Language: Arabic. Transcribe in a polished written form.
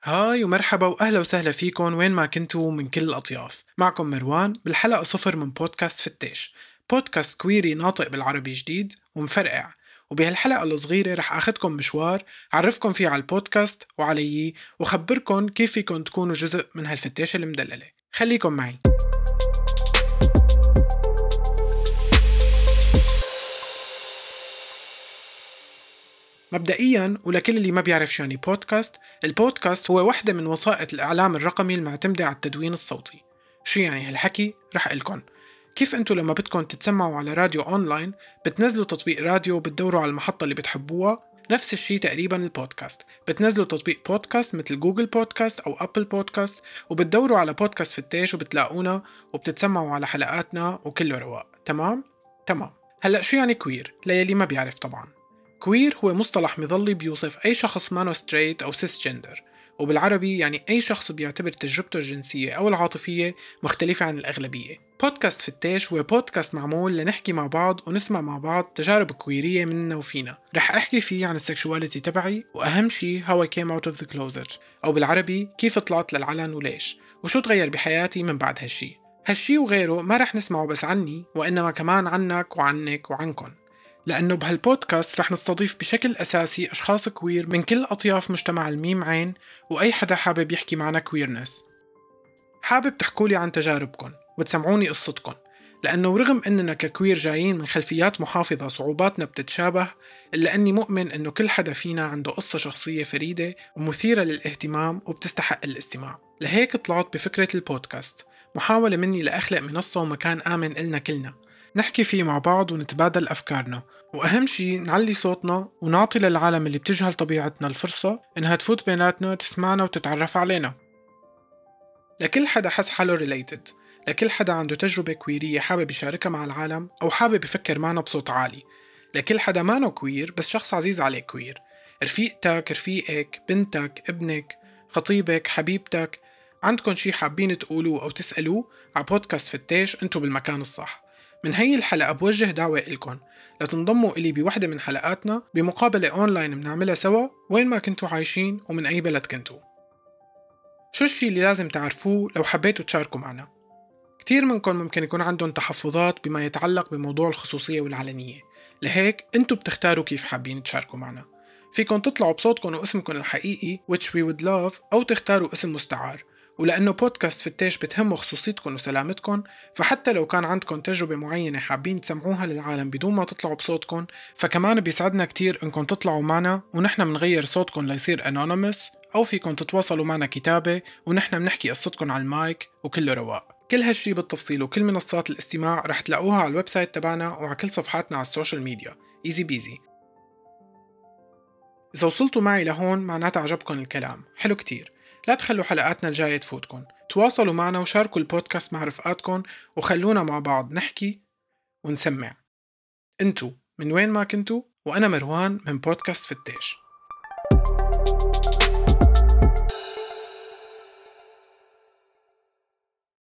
هاي ومرحبا وأهلا وسهلا فيكم وين ما كنتوا من كل الأطياف. معكم مروان بالحلقة 0 من بودكاست فتاش، بودكاست كويري ناطق بالعربي جديد ومفرقع. وبهالحلقة الصغيرة رح أخدكم مشوار عرفكم فيه على البودكاست وعلي وخبركم كيف فيكم تكونوا جزء من هالفتاشة المدللة. خليكم معي. مبدئياً ولكل اللي ما بيعرف شو يعني بودكاست، البودكاست هو واحدة من وسائط الإعلام الرقمي المعتمدة على التدوين الصوتي. شو يعني هالحكي؟ رح أقلكن. كيف أنتوا لما بدكن تتسمعوا على راديو أونلاين بتنزلوا تطبيق راديو وبتدوروا على المحطة اللي بتحبوها، نفس الشي تقريباً البودكاست. بتنزلوا تطبيق بودكاست مثل جوجل بودكاست أو أبل بودكاست وبتدوروا على بودكاست فتاش وبتلاقونا وبتتسمعوا على حلقاتنا وكله رواق. تمام؟ تمام. هلأ شو يعني كوير؟ ليلي ما بيعرف طبعاً. كوير هو مصطلح مظلي بيوصف أي شخص مانو ستريت أو سيس جندر، وبالعربي يعني أي شخص بيعتبر تجربته الجنسية أو العاطفية مختلفة عن الأغلبية. بودكاست فتاش هو بودكاست معمول لنحكي مع بعض ونسمع مع بعض تجارب كويرية مننا وفينا. رح أحكي فيه عن السكشواليتي تبعي، وأهم شي how I came out of the closet، أو بالعربي كيف طلعت للعلن وليش، وشو تغير بحياتي من بعد هالشي وغيره ما رح نسمعه بس عني، وإنما كمان عنك وعنك وعنكن، لأنه بهالبودكاست رح نستضيف بشكل أساسي أشخاص كوير من كل أطياف مجتمع الميم عين، وأي حدا حابب يحكي معنا كويرنس. حابب تحكولي عن تجاربكن وتسمعوني قصتكن، لأنه رغم أننا ككوير جايين من خلفيات محافظة صعوباتنا بتتشابه، إلا أني مؤمن أنه كل حدا فينا عنده قصة شخصية فريدة ومثيرة للاهتمام وبتستحق الاستماع. لهيك طلعت بفكرة البودكاست، محاولة مني لأخلق منصة ومكان آمن إلنا كلنا نحكي فيه مع بعض ونتبادل أفكارنا، وأهم شي نعلي صوتنا ونعطي للعالم اللي بتجهل طبيعتنا الفرصة إنها تفوت بيناتنا تسمعنا وتتعرف علينا. لكل حدا حس حاله ريليتد، لكل حدا عنده تجربة كويرية حابب يشاركها مع العالم أو حابب يفكر معنا بصوت عالي، لكل حدا ما نو كوير بس شخص عزيز عليه كوير، رفيقتك، رفيقك، بنتك، ابنك، خطيبك، حبيبتك، عندكن شي حابين تقولوه أو تسألوه على بودكاست فتاش، انتو بالمكان الصح. من هي الحلقة بوجه دعوة إلكن لتنضموا إلي بوحدة من حلقاتنا بمقابلة أونلاين بنعملها سوا وين ما كنتوا عايشين ومن أي بلد كنتوا. شو الشي اللي لازم تعرفوه لو حبيتوا تشاركوا معنا؟ كتير منكم ممكن يكون عندهم تحفظات بما يتعلق بموضوع الخصوصية والعلنية، لهيك انتوا بتختاروا كيف حابين تشاركوا معنا. فيكن تطلعوا بصوتكم واسمكم الحقيقي which we would love، أو تختاروا اسم مستعار. ولأنه بودكاست فتاش بتهمه خصوصيتكم وسلامتكم، فحتى لو كان عندكم تجربة معينة حابين تسمعوها للعالم بدون ما تطلعوا بصوتكم، فكمان بيسعدنا كتير انكم تطلعوا معنا ونحن منغير صوتكم ليصير anonymous، أو فيكن تتواصلوا معنا كتابة ونحن منحكي قصتكم على المايك وكله رواق. كل هالشي بالتفصيل وكل منصات الاستماع رح تلاقوها على الويب سايت تبعنا وعلى كل صفحاتنا على السوشيال ميديا. ايزي بيزي. إذا وصلتوا معي لهون معناتها عجبكم الكلام، حلو كتير. لا تخلوا حلقاتنا الجاية تفوتكن، تواصلوا معنا وشاركوا البودكاست مع رفقاتكن وخلونا مع بعض نحكي ونسمع. انتو من وين ما كنتوا، وأنا مروان من بودكاست فتاش.